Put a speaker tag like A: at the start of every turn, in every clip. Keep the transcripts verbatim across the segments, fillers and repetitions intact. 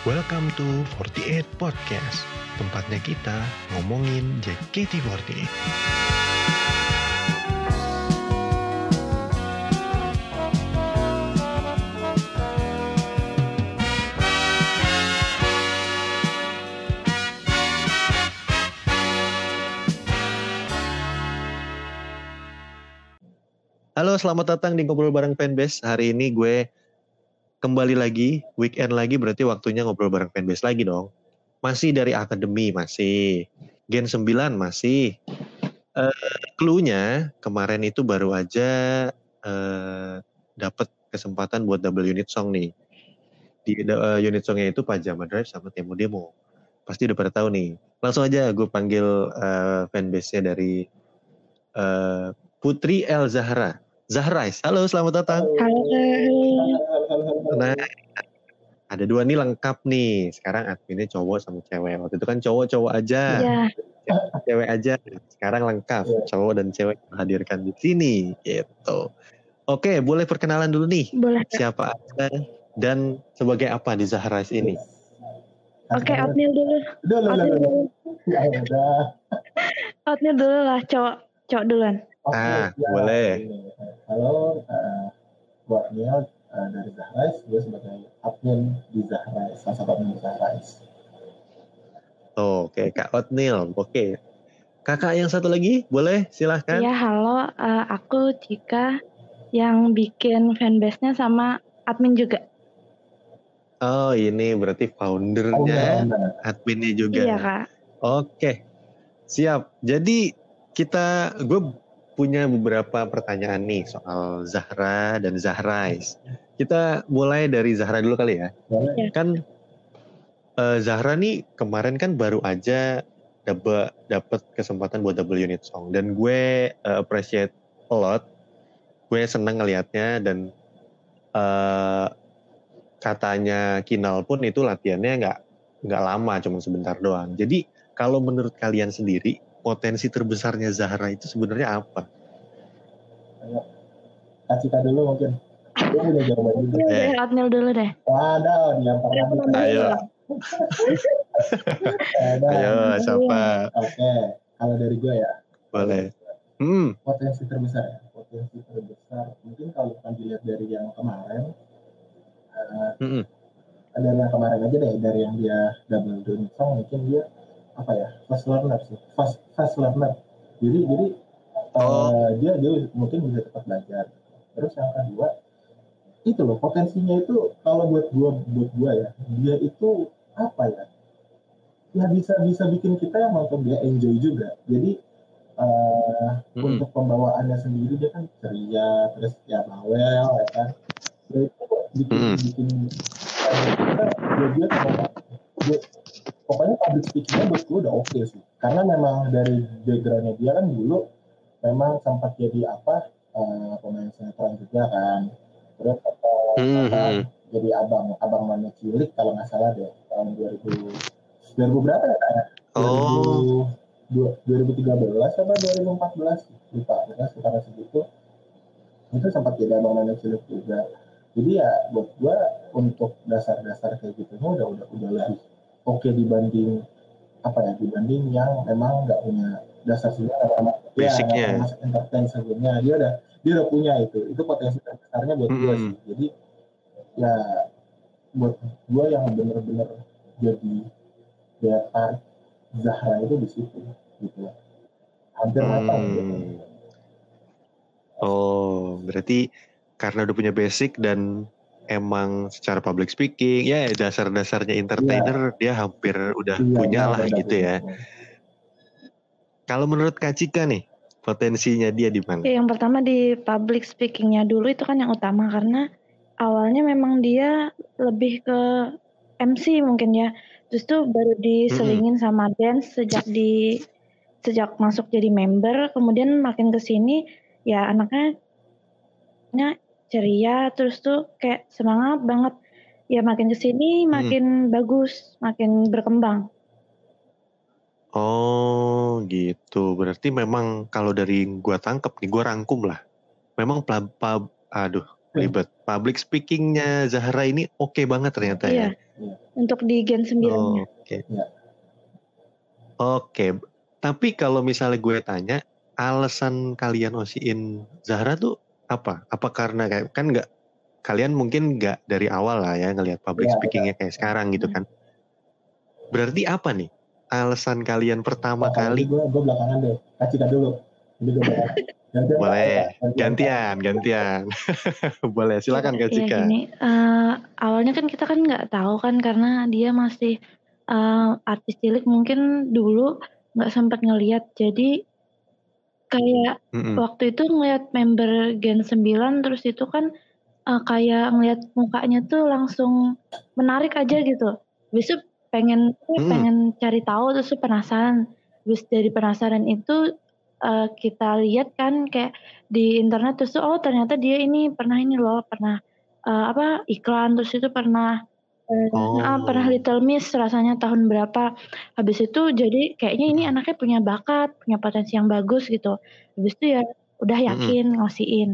A: Welcome to forty-eight Podcast, tempatnya kita ngomongin J K T empat puluh delapan. Halo, selamat datang di Ngobrol Bareng Fanbase. Hari ini gue kembali lagi, weekend lagi, berarti waktunya ngobrol bareng fanbase lagi dong. Masih dari akademi, masih. Gen sembilan, masih. Uh, clue-nya, kemarin itu baru aja uh, dapat kesempatan buat double unit song nih. Di uh, unit songnya itu Pajama Drive sama Temu Demo. Pasti udah pada tahu nih. Langsung aja gue panggil uh, fanbase-nya dari uh, Putri El Zahra. Zahrais, halo, selamat datang.
B: Halo.
A: Nah, ada dua nih lengkap nih. Sekarang adminnya cowok sama cewek. Waktu itu kan cowok-cowok aja.
B: Iya.
A: Cewek aja. Sekarang lengkap. Cowok dan cewek hadirkan di sini. Gitu. Oke, boleh perkenalan dulu nih.
B: Boleh.
A: Siapa aja dan sebagai apa di Zahrais ini?
B: Oke, Otnil dulu.
C: Dulu,
B: Otnil
C: dulu.
B: dulu.
C: Ya udah.
B: Otnil dulu lah, cowok. Cowok duluan.
C: Oke,
A: Ah,
C: ya,
A: boleh.
C: ini. Halo, uh, gue Otnil uh, dari Zahrais. Gue sebagai admin di Zahrais, salah satu admin di Zahrais.
A: Oh, oke, okay. Kak Otnil. Oke. Okay. Kakak yang satu lagi, boleh? Silahkan.
B: Iya, halo. Uh, aku Cika yang bikin fanbase-nya sama admin juga.
A: Oh, ini berarti foundernya,
C: oh,
A: adminnya juga.
B: Iya, Kak.
A: Oke, siap. Jadi kita, gue punya beberapa pertanyaan nih soal Zahra dan Zahrais. Kita mulai dari Zahra dulu kali ya.
C: Boleh.
A: Kan uh, Zahra nih kemarin kan baru aja dapat dapat kesempatan buat double unit song. Dan gue uh, appreciate a lot. Gue seneng ngelihatnya dan uh, katanya Kinal pun itu latihannya nggak nggak lama, cuma sebentar doang. Jadi kalau menurut kalian sendiri, potensi terbesarnya Zahra itu sebenarnya apa?
C: Ayo, Kak Cika dulu mungkin. Dia punya jawaban juga.
B: Eh. Otnil dulu deh.
C: Waduh, diampar lagi.
A: Ayo. Ayo, siapa?
C: Oke, kalau dari gue ya.
A: Boleh. Hmm.
C: Potensi terbesar ya. Potensi terbesar. Mungkin kalau kan dilihat dari yang kemarin. Uh,
A: Mm-mm.
C: dari yang kemarin aja deh, dari yang dia double unit song, mungkin dia apa ya, fast learner sih, fast fast learner. Jadi jadi oh. uh, dia dia mungkin bisa cepat belajar. Terus yang kedua itu loh, potensinya itu kalau buat gua buat gua ya, dia itu apa ya? Ya bisa bisa bikin kita yang nonton dia enjoy juga. Jadi uh, mm-hmm. untuk pembawaannya sendiri dia kan ceria, terus ya bawel ya kan. Ya itu bikin mm-hmm. bikin kita dia dia dia pokoknya public speaking-nya buat gue udah oke okay sih. Karena memang dari background-nya dia kan dulu memang sempat jadi apa uh, pemain sinetron juga kan. Terus apa,
A: mm-hmm.
C: apa jadi abang abang mana cilik kalau nggak salah deh tahun dua ribu dua ribu berapa ya kak?
A: Oh.
C: dua ribu tiga belas apa dua ribu empat belas lupa ya sekitar segitu. Itu sempat jadi abang mana cilik juga. Jadi ya buat gue untuk dasar-dasar kayak gitu udah udah udah lebih oke okay dibanding apa ya dibanding yang memang nggak punya dasar sebenarnya sama
A: basicnya.
C: Ya, masuk entertain sebelumnya dia udah dia udah punya itu itu potensi terbesarnya buat mm-hmm. gue sih. Jadi ya buat gue yang bener-bener jadi daya tarik Zahra itu di situ gitu ya. Hampir matang hmm. gitu.
A: Oh, berarti karena udah punya basic dan emang secara public speaking, ya dasar-dasarnya entertainer, ya. Dia hampir udah ya, punya ya, lah ya, gitu ya. ya. Kalau menurut Kak Cika nih, potensinya dia di mana?
B: Ya, yang pertama di public speaking-nya dulu itu kan yang utama, karena awalnya memang dia lebih ke M C mungkin ya. Terus tuh baru diselingin mm-hmm. sama dance sejak di sejak masuk jadi member, kemudian makin kesini ya anaknya ceria, terus tuh kayak semangat banget. Ya makin kesini makin hmm. bagus, makin berkembang.
A: Oh gitu, berarti memang kalau dari gua tangkep nih, gua rangkum lah. Memang pub, pub aduh ribet. Public speakingnya Zahra ini oke okay banget ternyata
B: iya.
A: ya.
C: Iya.
B: Untuk di Gen sembilan-nya.
A: Oh, oke.
C: Iya.
A: Oke. Tapi kalau misalnya gue tanya, alasan kalian osiin Zahra tuh apa? Apa karena kayak kan nggak kalian mungkin nggak dari awal lah ya ngelihat public
C: Iya,
A: speakingnya kayak sekarang gitu kan? Berarti apa nih alasan kalian pertama
C: Nah, kalau ini
A: kali?
C: gue gue belakangan deh. Kasihkan dulu. Jadi gue belakangan. Gantian, Kak,
A: Boleh,
C: ya, gantian, Kak.
A: gantian, gantian. Boleh, silakan Kak
B: Iya
A: Cika.
B: gini, eh, awalnya kan kita kan nggak tahu kan karena dia masih eh, artis cilik, mungkin dulu nggak sempat ngelihat. Jadi kayak
A: Mm-mm.
B: waktu itu ngeliat member Gen sembilan, terus itu kan eh, kayak ngeliat mukanya tuh langsung menarik aja gitu. Habis itu pengen
A: Mm-mm.
B: pengen cari tahu, terus tuh penasaran. Terus dari penasaran itu eh, kita lihat kan kayak di internet, terus tuh oh ternyata dia ini pernah ini loh, pernah eh, apa iklan, terus itu pernah eh, ah, pernah
A: Oh.
B: Little Miss rasanya tahun berapa. Habis itu jadi kayaknya ini anaknya punya bakat, punya potensi yang bagus gitu. Habis itu ya udah
A: Mm-mm.
B: yakin ngasihin.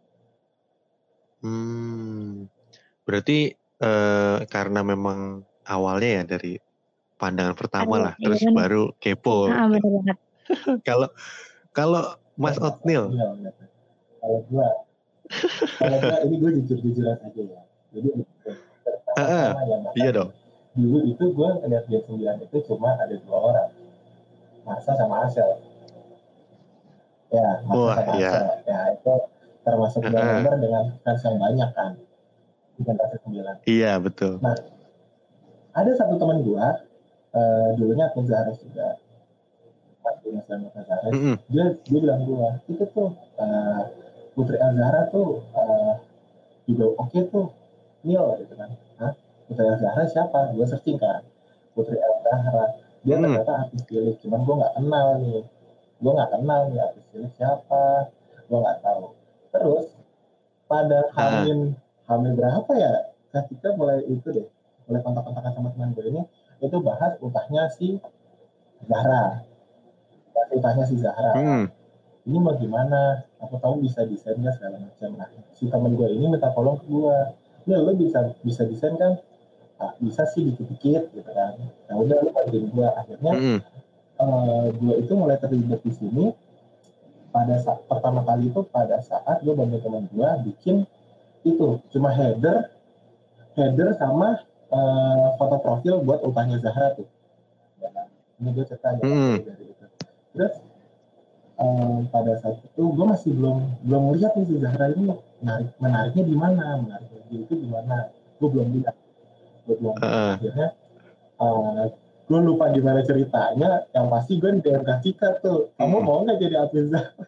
A: Hmm. Berarti eh, karena memang awalnya ya dari pandangan pertama
B: Aduh,
A: lah,
B: iya
A: terus
B: bener.
A: baru kepo.
B: Ah, bener banget.
A: Kalau kalau Mas
C: Iya,
A: Otnil,
C: iya, iya. Kalau gue, kalau gue ini gue jujur-jujuran aja ya. Jadi
A: ah,
C: pertama-tama yang
A: iya
C: makan
A: dong.
C: dulu itu gue ngeliat Gen sembilan itu cuma ada dua orang, Marsa sama Asel. Ya, Marsa
A: Wah,
C: sama
A: iya.
C: Asel. Ya itu termasuk dua
A: Ah,
C: member dengan fans yang banyak kan di generasi sembilan.
A: iya betul.
C: Nah, ada satu teman gue, uh, dulunya akun Zahra juga, pas punya sama Zahra,
A: Mm-mm.
C: dia dia bilang gue, itu tuh uh, Putri Azhara tuh uh, juga oke okay tuh, Nil gitu kan. Hah? Putri Azhara siapa? Gue searching kan, Putri Azhara. Dia
A: Mm-mm.
C: ternyata artis cilik, cuman gue nggak kenal nih. Gue nggak kenal nih artis cilik siapa, gue nggak tahu. Terus pada
A: Ah,
C: Hamin Hamin berapa ya? Ketika mulai itu deh, mulai kontak-kontakan sama teman gue ini, itu bahas utahnya si Zahra, bahas utahnya si Zahra.
A: mm.
C: Ini mau gimana? Aku tahu bisa desainnya segala macam. Nah, si teman gue ini minta tolong ke gue. Ya lo bisa bisa desain kan? Ah, bisa sih dikit-dikit gitu kan. Nah udah lo bantuin gue. Akhirnya
A: Mm-mm.
C: uh, gue itu mulai terlibat di sini. Pada saat pertama kali itu pada saat gue bantu teman gue bikin itu cuma header header sama uh, foto profil buat utahnya Zahra tuh. Ya, ini gue cerita aja
A: Mm-mm.
C: dari itu. Terus um, pada saat itu gue masih belum belum lihat nih si Zahra ini menarik menariknya di mana, menariknya itu di mana. Gue belum lihat. Gue belum lihat.
A: Ah,
C: Akhirnya uh, gue lupa gimana ceritanya. Yang pasti gue di D M K Cika tuh. Kamu
A: mm-mm.
C: mau nggak jadi admin Zahra?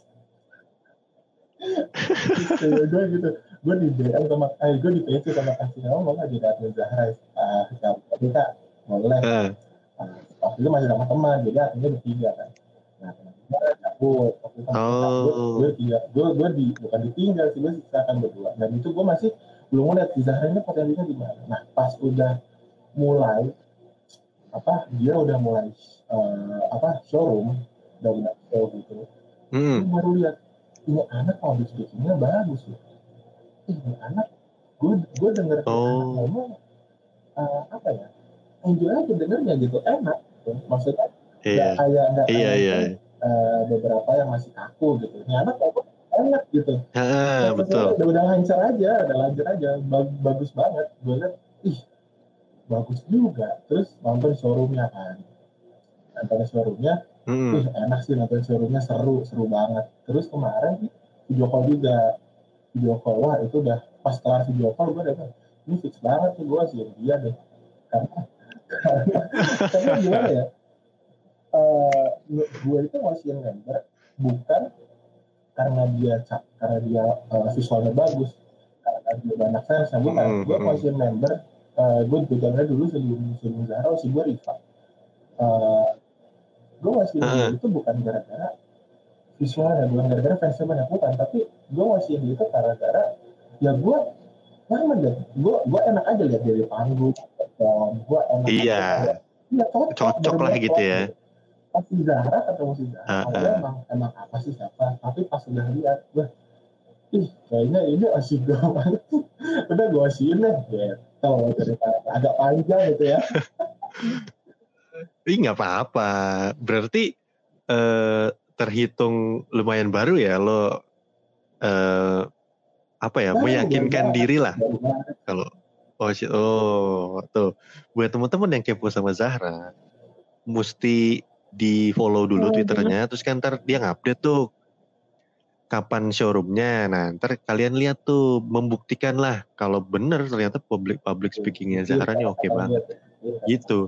C: Terus gue gitu, gue di D M sama, eh gue di P C sama kasih kamu mau nggak jadi admin Zahra? Ah, tapi kak boleh.
A: Ah.
C: Nah, waktu itu masih sama teman, jadi artinya bertiga kan. Nah teman-teman cabut, waktu itu teman cabut,
A: Oh.
C: gue tiga, gue gue di bukan ditinggal sih, gue sisakan berdua. Dan itu gue masih belum ngeliat di Zahra ini potensinya di mana. Nah pas udah mulai apa, dia udah mulai uh, apa showroom, udah mulai show gitu,
A: Mm.
C: gue baru lihat ini anak public speakingnya bagus loh. Ini anak, gue gue denger
A: Oh.
C: anak ngomong uh, apa ya, enjoy aja dengernya gitu, enak gitu. Maksudnya nggak
A: Iya.
C: kayak nggak
A: Iya,
C: kayak
A: iya.
C: uh, beberapa yang masih kaku gitu. Ini anak ngomong enak gitu.
A: Ah, betul.
C: Udah, udah lancar aja, udah lancar aja, bagus banget. Gue liat, ih bagus juga. Terus nonton showroomnya kan, nonton showroomnya,
A: Mm.
C: ih enak sih nonton showroomnya, seru seru banget. Terus kemarin video call juga, video call, wah itu udah pas kelar video call gue udah ini fix banget nih gue sih dia deh, karena karena, karena gimana ya, uh, gue itu ngasihin member bukan karena dia karena dia uh, visualnya bagus, karena dia banyak fans, bukan.
A: Mm.
C: Gue ngasihin member, uh, gue juga dulu sebelum sebelum Zahra sih gue Riva, uh, gue ngasihin
A: Ah.
C: dia itu bukan gara-gara visualnya, bukan gara-gara fansnya banyak, bukan, tapi gue ngasihin dia itu gara-gara ya gue nyaman deh, gue gue enak aja lihat dari panggung, dan gue enak
A: Iya.
C: aja ya cocok,
A: Cocok lah gitu ya.
C: Pas si Zahra ketemu si Zahra,
A: Ah,
C: awalnya
A: ah.
C: emang emang apa sih siapa, tapi pas udah lihat gue, ih kayaknya ini asik banget, Udah gue asihin deh gitu, daripada agak panjang gitu ya.
A: Ih nggak apa-apa, berarti eh, terhitung lumayan baru ya lo eh, apa ya,
C: Baru,
A: meyakinkan
C: baru
A: diri
C: banget,
A: lah
C: baru banget.
A: kalau oh shit, oh tuh buat teman-teman yang kepo sama Zahra mesti di follow dulu
B: Follow dulu.
A: Twitternya, terus kan ntar dia ngupdate tuh kapan showroomnya. Nah ntar kalian lihat tuh, membuktikan lah kalau bener ternyata public public speakingnya Zahra nih oke banget gitu.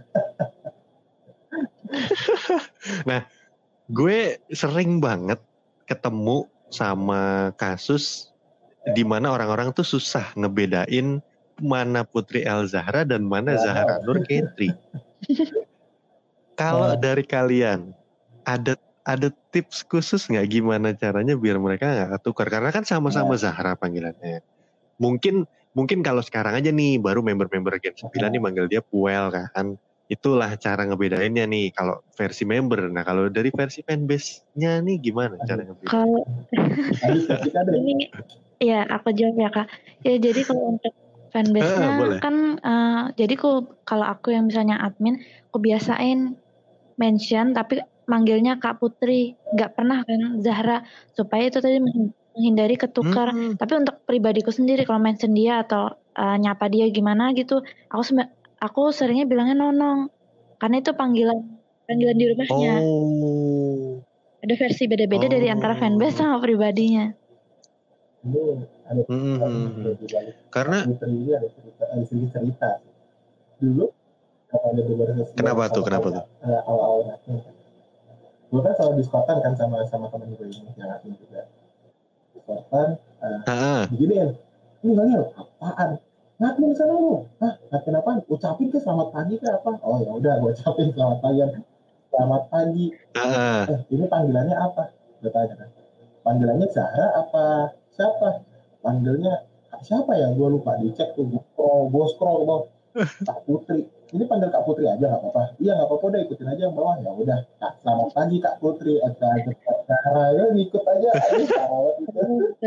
A: Nah gue sering banget ketemu sama kasus di mana orang-orang tuh susah ngebedain mana Putri El Zahra dan mana Zahra Nur Ketri. Kalau dari kalian ada ada tips khusus nggak gimana caranya biar mereka nggak ketukar? Karena kan sama-sama Zahra panggilannya. Mungkin mungkin kalau sekarang aja nih baru member-member Gen sembilan nih manggil dia Puel kan. Itulah cara ngebedainnya nih kalau versi member. Nah kalau dari versi fanbase-nya nih gimana cara ngebedain?
B: Kalau ini ya aku jawab ya Kak. Ya jadi kalau untuk fanbase-nya
A: Ah,
B: kan uh, jadi kalau kalau aku yang misalnya admin, aku biasain mention tapi manggilnya Kak Putri, nggak pernah kan Zahra, supaya itu tadi menghindari ketukar.
A: Hmm.
B: Tapi untuk pribadiku sendiri kalau mention dia atau uh, nyapa dia gimana gitu, aku sem- aku seringnya bilangnya Nonong, karena itu panggilan panggilan di rumahnya.
A: Oh.
B: Ada versi beda-beda
A: Oh.
B: dari antara fanbase sama pribadinya.
C: Ini ada
A: hmm. Karena
C: Putri ini ada cerita, ada cerita. Dulu ada beberapa
A: kenapa tuh kenapa tuh
C: awal-awal admin kan. Gue kan selalu diskotan kan sama sama temen gue ini yang admin juga. Diskotan, uh, beginiin, ini Daniel, apaan? Ngadmin sana lu, ah ngadmin apaan? Ucapin ke selamat pagi ke apa? Oh ya udah, gue ucapin selamat pagi, selamat pagi.
A: Uh.
C: Eh ini panggilannya apa? Gue tanya kan. Panggilannya Zahra apa siapa? Panggilnya siapa ya? Gue lupa, dicek tuh. Oh, gue scroll bang. Kak Putri. Ini panggil Kak Putri aja nggak apa-apa. Iya nggak apa-apa, udah ikutin aja yang bawah. Ya udah. Kak, selamat pagi Kak Putri. Ada Zahra ya ngikut aja. Ayo sarawat gitu.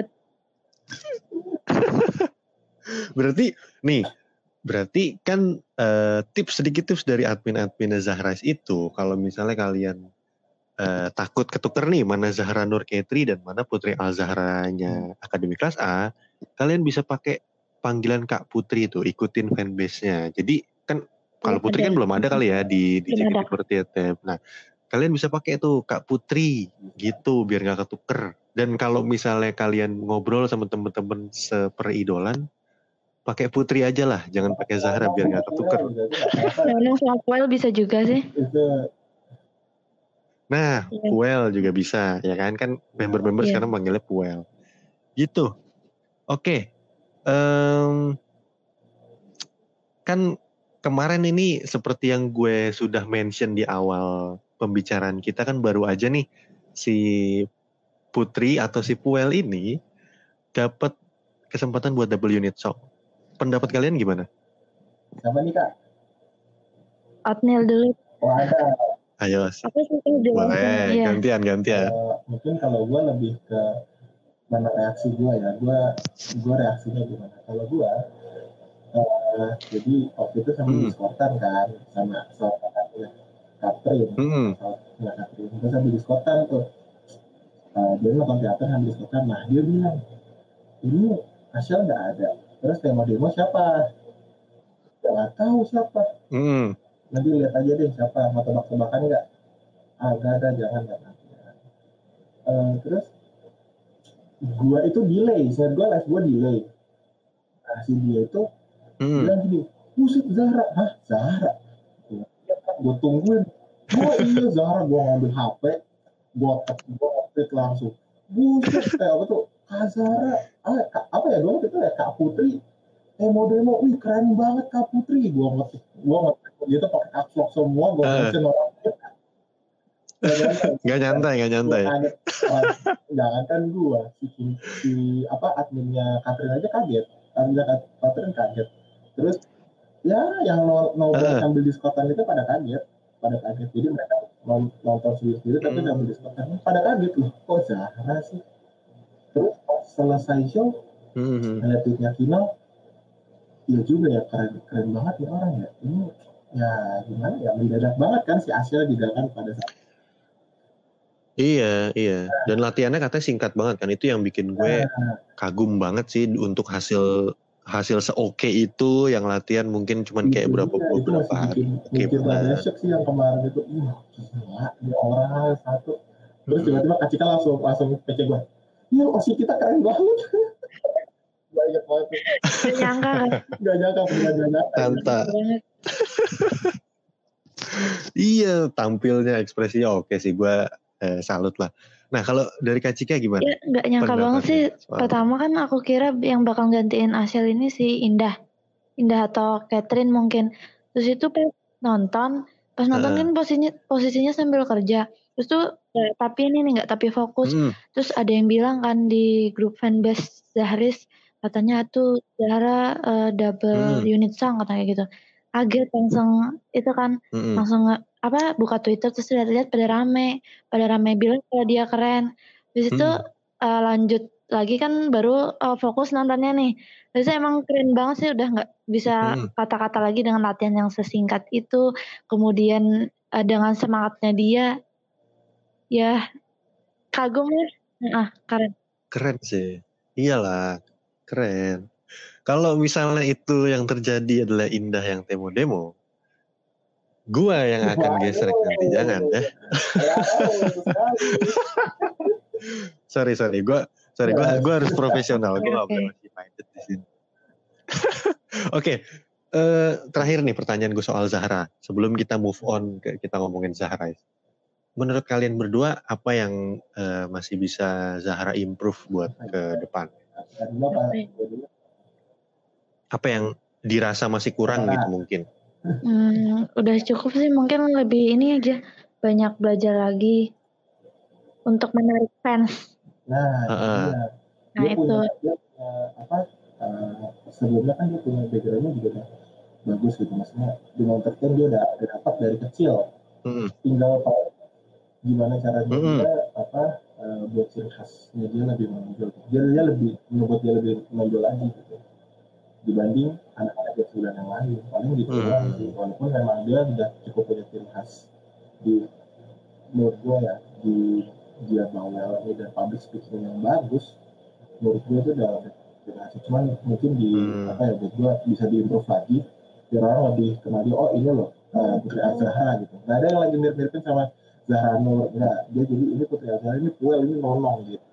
A: Berarti nih, berarti kan uh, tips sedikit tips dari admin-admin Zahra itu, kalau misalnya kalian uh, takut ketuker nih mana Zahra Nur Ketri dan mana Putri Al Zahranya Akademi Kelas A, kalian bisa pakai panggilan Kak Putri itu, ikutin fanbase-nya. Jadi kan kalau Putri kan belum ada kali ya di di J K T empat delapan. Nah, kalian bisa pakai tuh Kak Putri gitu biar nggak ketuker. Dan kalau misalnya kalian ngobrol sama temen-temen seperidolan, pakai Putri aja lah, jangan pakai Zahra biar nggak ketuker.
B: Nonong sama Puel bisa juga sih.
A: Nah, yeah. Puel juga bisa, ya kan? Kan member-member yeah. sekarang panggilnya Puel. Gitu. Oke. Okay. Um, kan kemarin ini seperti yang gue sudah mention di awal pembicaraan kita, kan baru aja nih si Putri atau si Puel ini dapat kesempatan buat double unit song. Pendapat kalian gimana?
C: Siapa nih Kak?
B: Otnil dulu.
C: Oh ada.
A: Ayo.
B: Aku sih
A: boleh, ya. gantian gantian.
C: Uh, mungkin kalau gue lebih ke mana reaksi gue ya, gue gue reaksinya gimana? Kalau gue uh, jadi waktu itu sambil hmm. diskotan kan sama sama Katrin,
A: hmm.
C: sama Katrin, terus sambil diskotan tuh, uh, dia nonton teater sambil diskotan, nah dia bilang ini Asyal nggak ada, terus tema demo siapa? Nggak tahu siapa.
A: Hmm.
C: Nanti lihat aja deh siapa, mau tebak-tebakan nggak? Ah nggak ada, jangan nggak nanti. Uh, terus gua itu delay, saya gua live gua delay. Nah si dia itu hmm. bilang gini, buset Zahra, hah Zahra? Gua tungguin, gua iya Zahra, gua ngambil H P, gua gua update langsung, buset kayak apa tuh, Kak Zahra, ah, Kak, apa ya gua itu ya Kak Putri, demo demo, wih keren banget Kak Putri, gua ngetik, gua ngetik gitu pakai caps lock semua, gua mention uh. orang
A: nggak nyantai, nggak nyantai.
C: Jangan kan gua, si, si apa adminnya Katrin aja kaget, adminnya Katrin kaget. Terus ya yang nobar uh. sambil diskotan itu pada kaget, pada kaget. Jadi mereka nonton sendiri-sendiri tapi sambil diskotan pada kaget loh, kok Zahra sih. Terus pas selesai show
A: Hmm.
C: Ngeliat tweetnya Kino, iya juga ya, keren keren banget ya orang ya. Ini ya gimana ya, mendadak banget kan si Asyel juga kan pada saat.
A: Iya, iya. Dan latihannya katanya singkat banget kan. Itu yang bikin gue
C: Nah,
A: kagum banget sih untuk hasil hasil seoke itu, yang latihan mungkin cuman kayak
C: itu
A: berapa
C: dia, itu
A: beberapa
C: masih bikin
A: hari. Oke
C: bikin rada
A: banget.
C: shock sih yang kemarin itu. Ih, gila, dia orang satu. Terus
A: Mm-mm.
C: tiba-tiba Kak Cika langsung langsung P C gue. Iya, Osi kita keren banget. Banyak banget.
B: Gak nyangka kan.
C: Gak nyangka, beneran gak nyangka.
A: Tanta.
B: Banget.
A: Iya, tampilnya, ekspresinya oke sih. Gue eh, salut lah. Nah, kalau dari Kak Cika gimana?
B: Ya gak nyangka banget sih.
A: Pendapatnya soal
B: Pertama kan aku kira yang bakal gantiin Asyel ini si Indah. Indah atau Catherine mungkin. Terus itu pas nonton, pas nonton
A: Heeh.
B: kan posisinya posisinya sambil kerja. Terus tuh eh, tapi ini nih nggak tapi fokus.
A: Mm.
B: Terus ada yang bilang kan di grup fanbase Zahris katanya tuh Zahra eh, double
A: Mm.
B: unit song katanya gitu. Kaget langsung itu kan
A: Mm-mm.
B: langsung nge- apa buka Twitter terus lihat-lihat pada rame, pada rame bilang kalau dia keren. Terus itu
A: Mm.
B: eh, lanjut lagi kan baru eh, fokus nontonnya nih. Terus emang keren banget sih udah nggak bisa
A: Mm.
B: kata-kata lagi dengan latihan yang sesingkat itu. Kemudian eh, dengan semangatnya dia, ya kagum ya. Ah, keren.
A: Keren sih. Iyalah, keren. Kalau misalnya itu yang terjadi adalah Indah yang demo-demo, gua yang akan gesrek nanti, jangan ya. sorry sorry, gua sorry gua gua harus profesional, gua nggak
B: Oke.
A: boleh masih minded di sini. Oke, eh, terakhir nih pertanyaan gue soal Zahra. Sebelum kita move on ke kita ngomongin Zahra, menurut kalian berdua apa yang eh, masih bisa Zahra improve buat ke depan? Apa yang dirasa masih kurang gitu mungkin?
B: Hmm, udah cukup sih mungkin lebih ini aja banyak belajar lagi untuk menarik fans.
C: Nah,
A: Uh-uh.
C: iya.
B: Nah
C: Dia
B: itu.
C: punya dia, uh, apa uh, sebelumnya kan dia punya backgroundnya juga udah bagus gitu, maksudnya di entertain dia udah udah dapat dari kecil.
A: Mm-mm.
C: Tinggal pak gimana caranya
A: Mm-mm.
C: dia apa uh, buat ciri khasnya dia lebih menonjol. Dia, dia lebih membuat dia lebih menonjol lagi gitu dibanding anak-anak yang sembilan yang lain. Paling gitu
A: Mm.
C: doang sih. Walaupun memang dia udah cukup punya ciri khas di menurut gue ya, di dia bawelnya dan public speaking yang bagus, menurut gue itu udah berhasil. Cuman mungkin di
A: Hmm.
C: apa ya, buat gue bisa diimprove lagi biar orang lebih kenal dia, oh ini loh uh, Putri Azhara gitu. Nggak ada yang lagi mirip-miripin sama Zahra Nur, nggak. Dia jadi ini Putri Azhara, ini Puel, ini Nonong gitu.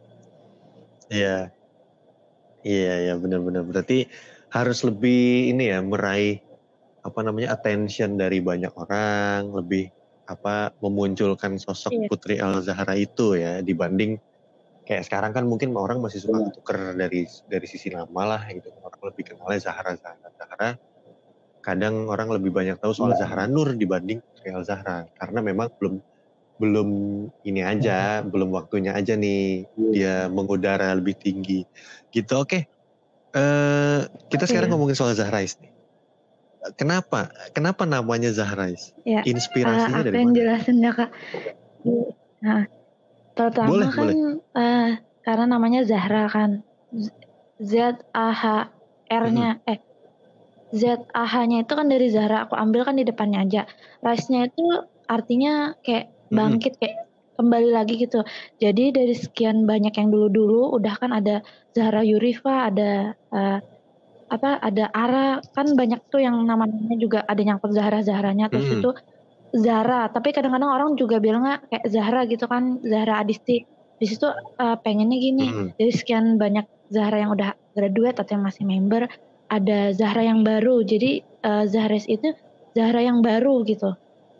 A: Iya, iya, iya, benar-benar. Berarti harus lebih ini ya, meraih apa namanya attention dari banyak orang, lebih apa memunculkan sosok
B: Iya.
A: Putri Al-Zahra itu ya, dibanding kayak sekarang kan mungkin orang masih suka
C: Benar.
A: ketuker dari dari sisi nama lah gitu. Orang lebih kenalnya Zahra, Zahra, Zahra. Kadang orang lebih banyak tahu soal
C: Iya.
A: Zahra Nur dibanding Putri Al-Zahra, karena memang belum belum ini aja, belum waktunya aja nih dia mengudara lebih tinggi gitu. Oke, eh, kita sekarang
B: Iya.
A: ngomongin soal Zahrais nih. Kenapa? Kenapa namanya Zahrais?
B: Ya,
A: Inspirasinya
B: uh, aku
A: dari
B: yang
A: mana?
B: jelasin ya kak. Nah, pertama
A: Boleh,
B: kan
A: boleh.
B: uh, karena namanya Zahra kan, Z A H R-nya,
A: Mm-hmm.
B: eh Z A H-nya itu kan dari Zahra, aku ambil kan di depannya aja. Rise-nya itu artinya kayak bangkit, mm-hmm. kayak kembali lagi gitu. Jadi dari sekian banyak yang dulu-dulu udah kan ada Zahra Yurifa, ada uh, apa ada Ara, kan banyak tuh yang namanya juga ada nyangkut Zahra-Zahranya, terus
A: Mm-hmm.
B: itu Zahra, tapi kadang-kadang orang juga bilangnya kayak Zahra gitu kan, Zahra Adisti. Di situ uh, pengennya gini,
A: Mm-hmm.
B: dari sekian banyak Zahra yang udah graduate atau yang masih member, ada Zahra yang baru. Jadi uh, Zahres itu Zahra yang baru gitu.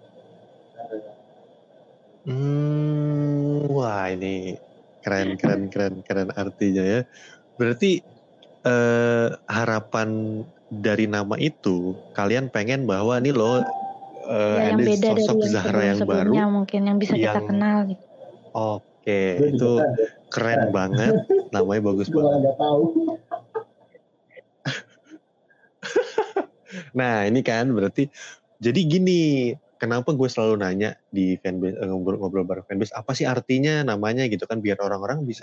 A: Hmm, wah ini keren, keren, keren, keren artinya ya. Berarti eh, harapan dari nama itu, kalian pengen bahwa nih loh uh,
B: ya,
A: ada
B: yang beda
A: sosok
B: dari yang
A: Zahra yang baru
B: mungkin yang bisa
A: yang...
B: kita kenal gitu.
A: Oke, itu keren banget, namanya bagus
C: Gue
A: banget.
C: nggak tahu.
A: Nah ini kan berarti jadi gini, kenapa gue selalu nanya di fanbase, ngobrol-ngobrol bareng fanbase, apa sih artinya namanya gitu kan, biar orang-orang bisa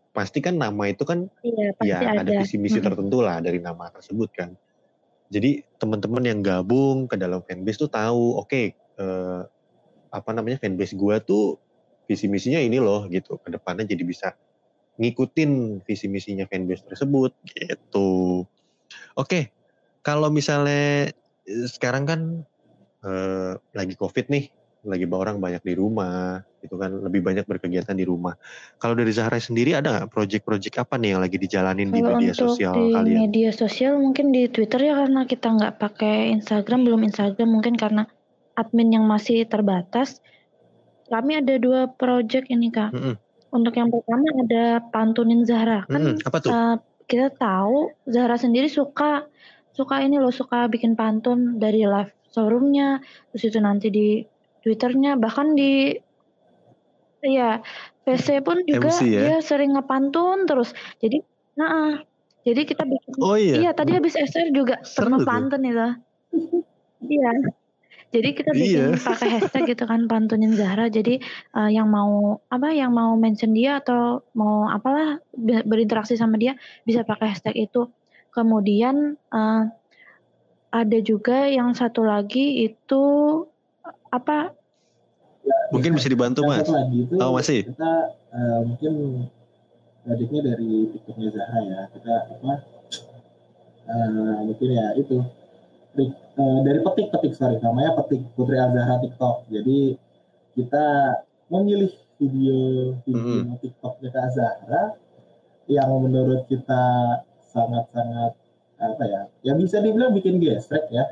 A: pasti kan nama itu kan
B: Iya, pasti
A: ya ada
B: ada.
A: visi misi
B: Mm-mm.
A: tertentu lah dari nama tersebut kan. Jadi teman-teman yang gabung ke dalam fanbase tuh tahu, oke, okay, eh, apa namanya fanbase gua tuh visi misinya ini loh gitu. Kedepannya jadi bisa ngikutin visi misinya fanbase tersebut gitu. Oke, okay, kalau misalnya sekarang kan eh, lagi COVID nih, lagi orang banyak di rumah, gitu kan, lebih banyak berkegiatan di rumah. Kalau dari Zahra sendiri ada nggak project-project apa nih yang lagi dijalanin di
B: Kalau
A: media
B: untuk
A: sosial
B: di
A: kalian?
B: media sosial mungkin di Twitter ya, karena kita nggak pakai Instagram, belum Instagram mungkin karena admin yang masih terbatas. Kami ada dua project ini Kak.
A: Mm-mm.
B: Untuk yang pertama ada pantunin Zahra. Kan
A: Mm-mm. Apa tuh?
B: uh, kita tahu Zahra sendiri suka suka ini loh, suka bikin pantun dari live showroomnya, terus itu nanti di Twitternya, bahkan di ya P C pun juga
A: M C ya?
B: dia sering ngepantun terus. Jadi, nah, jadi kita bikin.
A: Oh iya.
B: Iya, tadi habis S R juga
A: Seru
B: penuh
A: tuh.
B: pantun itu. Iya. Jadi kita
A: Iya.
B: bikin pakai hashtag gitu kan, pantunin Zahra. Jadi uh, yang mau apa, yang mau mention dia atau mau apalah be- berinteraksi sama dia bisa pakai hashtag itu. Kemudian uh, ada juga yang satu lagi itu apa?
A: Mungkin bisa dibantu
C: Yang
A: Mas.
C: satu lagi itu
A: Oh masih.
C: kita uh, mungkin adiknya dari TikToknya Zahra ya. Kita apa? Uh, mungkin ya itu uh, dari petik petik sorry namanya petik Putri Al-Zahra TikTok. Jadi kita memilih video video
A: Mm-hmm.
C: TikToknya Kak Zahra yang menurut kita sangat-sangat apa ya, ya bisa dibilang bikin gestrek ya.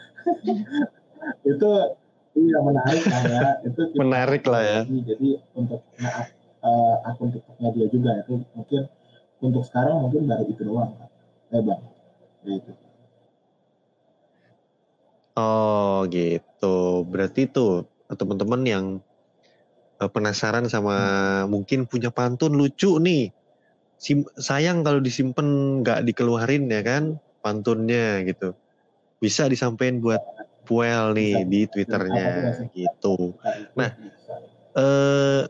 C: Itu iya menarik lah ya. Itu kita
A: menarik lah ya.
C: Jadi untuk nah, uh, akun TikToknya dia juga itu mungkin untuk sekarang mungkin baru itu doang kan. Eh bang, itu.
A: Oh gitu. Berarti tuh teman-teman yang uh, penasaran sama hmm. mungkin punya pantun lucu nih. Sim- sayang kalau disimpan nggak dikeluarin ya kan pantunnya gitu. Bisa disampaikan buat Puel nih bisa, di Twitternya gitu. Nah, eh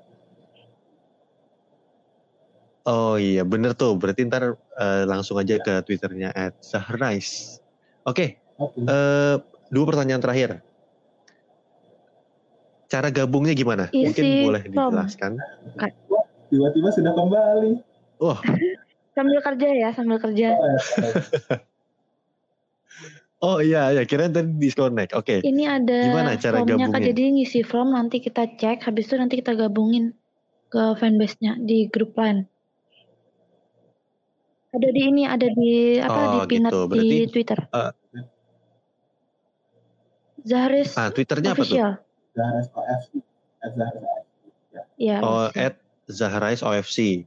A: oh iya bener tuh. Berarti ntar uh, langsung aja ke Twitternya at Zahrais. Oke, okay. okay. uh, dua pertanyaan terakhir. Cara gabungnya gimana?
B: Isi
A: Mungkin boleh dijelaskan.
C: Tiba-tiba sudah kembali.
A: Wah. Oh.
B: Sambil kerja ya, sambil kerja.
A: Oh iya, ya kirain tadi disconnect. Oke. Okay.
B: Ini ada
A: gimana cara
B: formnya
A: gabungnya?
B: Kak, jadi ngisi form nanti kita cek, habis itu nanti kita gabungin ke fanbase-nya di grup lain. Ada di ini, ada di apa oh, di pinned gitu. Berarti, di Twitter. Uh, Zahrais
A: ah, Twitternya
B: official.
C: Apa tuh? Zahrais O F C.
B: Ya.
A: Oh, at Zahrais O F C.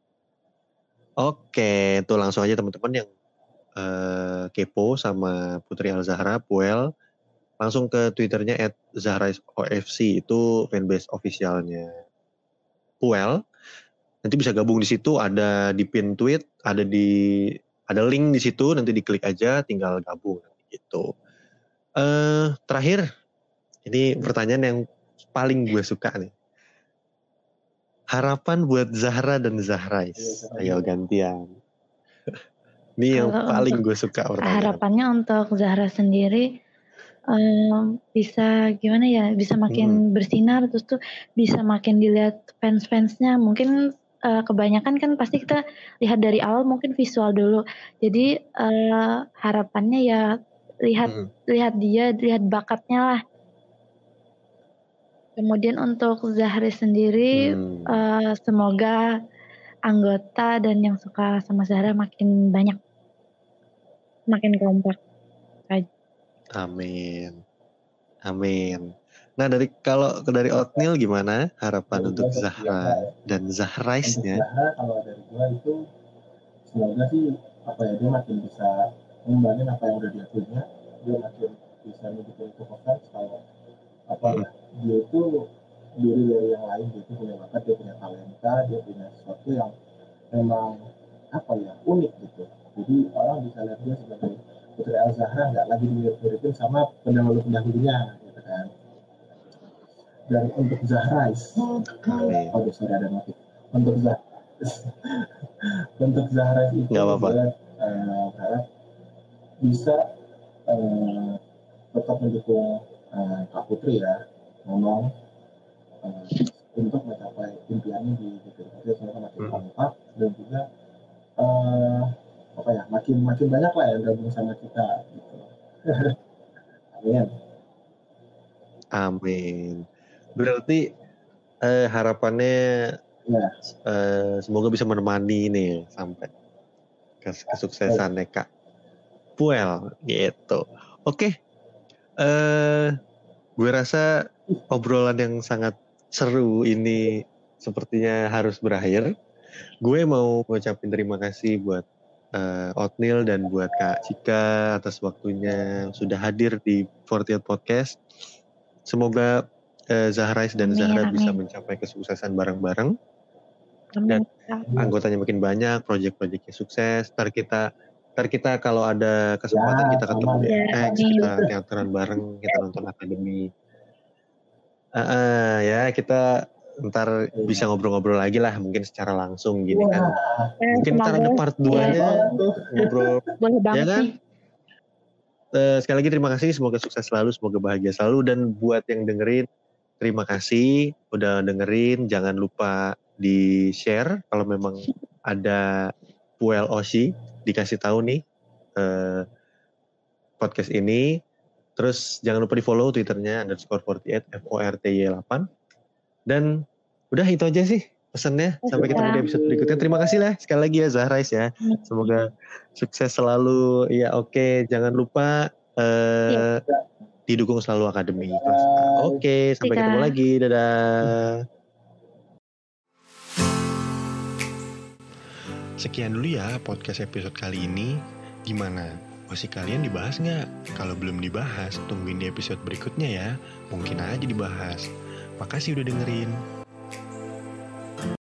A: Oke, tuh langsung aja teman-teman yang uh, kepo sama Putri Al-Zahra, Puel, langsung ke Twitternya at Zahrais O F C, itu fanbase officialnya Puel. Nanti bisa gabung di situ, ada di pin tweet, ada di ada link di situ, nanti diklik aja, tinggal gabung gitu. Uh, terakhir, ini pertanyaan yang paling gue suka nih. Harapan buat Zahra dan Zahrais. Ayo gantian. Ini yang paling gue suka pertanyaan.
B: Harapannya untuk Zahra sendiri um, bisa gimana ya, bisa makin hmm. bersinar, terus tuh bisa makin dilihat fans-fansnya. Mungkin uh, kebanyakan kan pasti kita lihat dari awal mungkin visual dulu. Jadi uh, harapannya ya lihat hmm. lihat dia, lihat bakatnya lah. Kemudian untuk Zahra sendiri hmm. uh, semoga anggota dan yang suka sama Zahra makin banyak, makin kompak.
A: Amin, amin. Nah dari kalau dari Otnil gimana harapan dari untuk Zahra ya, dan Zahraisnya?
C: Zahra kalau dari gue itu semoga sih apa ya, dia makin bisa mengembangin apa yang udah dia punya, dia makin bisa menjadi itu fokus kalau apa hmm. dia itu diri dari yang lain, dia itu punya bakat, dia punya talenta, dia punya sesuatu yang memang apa ya unik gitu. Jadi orang bisa lihat dia sebagai Putri Al-Zahra, nggak lagi dilihat-lihatin sama pendahulu-pendahulunya gitu kan. Dan untuk Zahrais, oh sorry ada motif. Untuk Zah, Untuk Zahra itu
A: Nggak apa-apa.
C: gue uh, harap bisa uh, tetap mendukung uh, Kak Putri ya, ngomong uh, untuk mencapai impiannya di D P R D semoga makin lengkap hmm. dan juga uh, apa ya makin makin banyak lah yang gabung sama kita gitu. Amin.
A: Amin. Berarti eh, harapannya
C: ya.
A: eh, semoga bisa menemani nih sampai kesuksesannya Kak Puel gitu. Oke, eh, gue rasa obrolan yang sangat seru ini sepertinya harus berakhir. Gue mau ngucapin terima kasih buat uh, Oatmeal dan buat Kak Cika atas waktunya sudah hadir di forty-eight Podcast. Semoga uh, Zahrais dan amin, Zahra amin. Bisa mencapai kesuksesan bareng-bareng. Amin. Dan anggotanya makin banyak, proyek-proyeknya sukses. Ntar kita, ntar kita kalau ada kesempatan ya, kita ketemu di ya, X, kita teateran bareng, kita nonton akademi. Uh, uh, ya kita ntar bisa ngobrol-ngobrol lagi lah, mungkin secara langsung gini kan. Eh, mungkin ntar ada part dua-nya ya. Ngobrol. Ya kan? Uh, sekali lagi terima kasih, semoga sukses selalu, semoga bahagia selalu. Dan buat yang dengerin, terima kasih udah dengerin. Jangan lupa di-share kalau memang ada Puel Oshi, dikasih tahu nih uh, podcast ini. Terus jangan lupa di-follow Twitternya underscore forty-eight F O R T Y eight. Dan udah itu aja sih pesannya. Sampai ketemu di episode berikutnya. Terima kasih lah sekali lagi ya Zahrais ya. Semoga sukses selalu. Ya oke, okay. Jangan lupa uh, ya. Didukung selalu akademi. Oke, okay. Sampai ketemu lagi. Dadah. Sekian dulu ya podcast episode kali ini. Gimana? Masih kalian dibahas nggak? Kalau belum dibahas, tungguin di episode berikutnya ya. Mungkin aja dibahas. Makasih udah dengerin.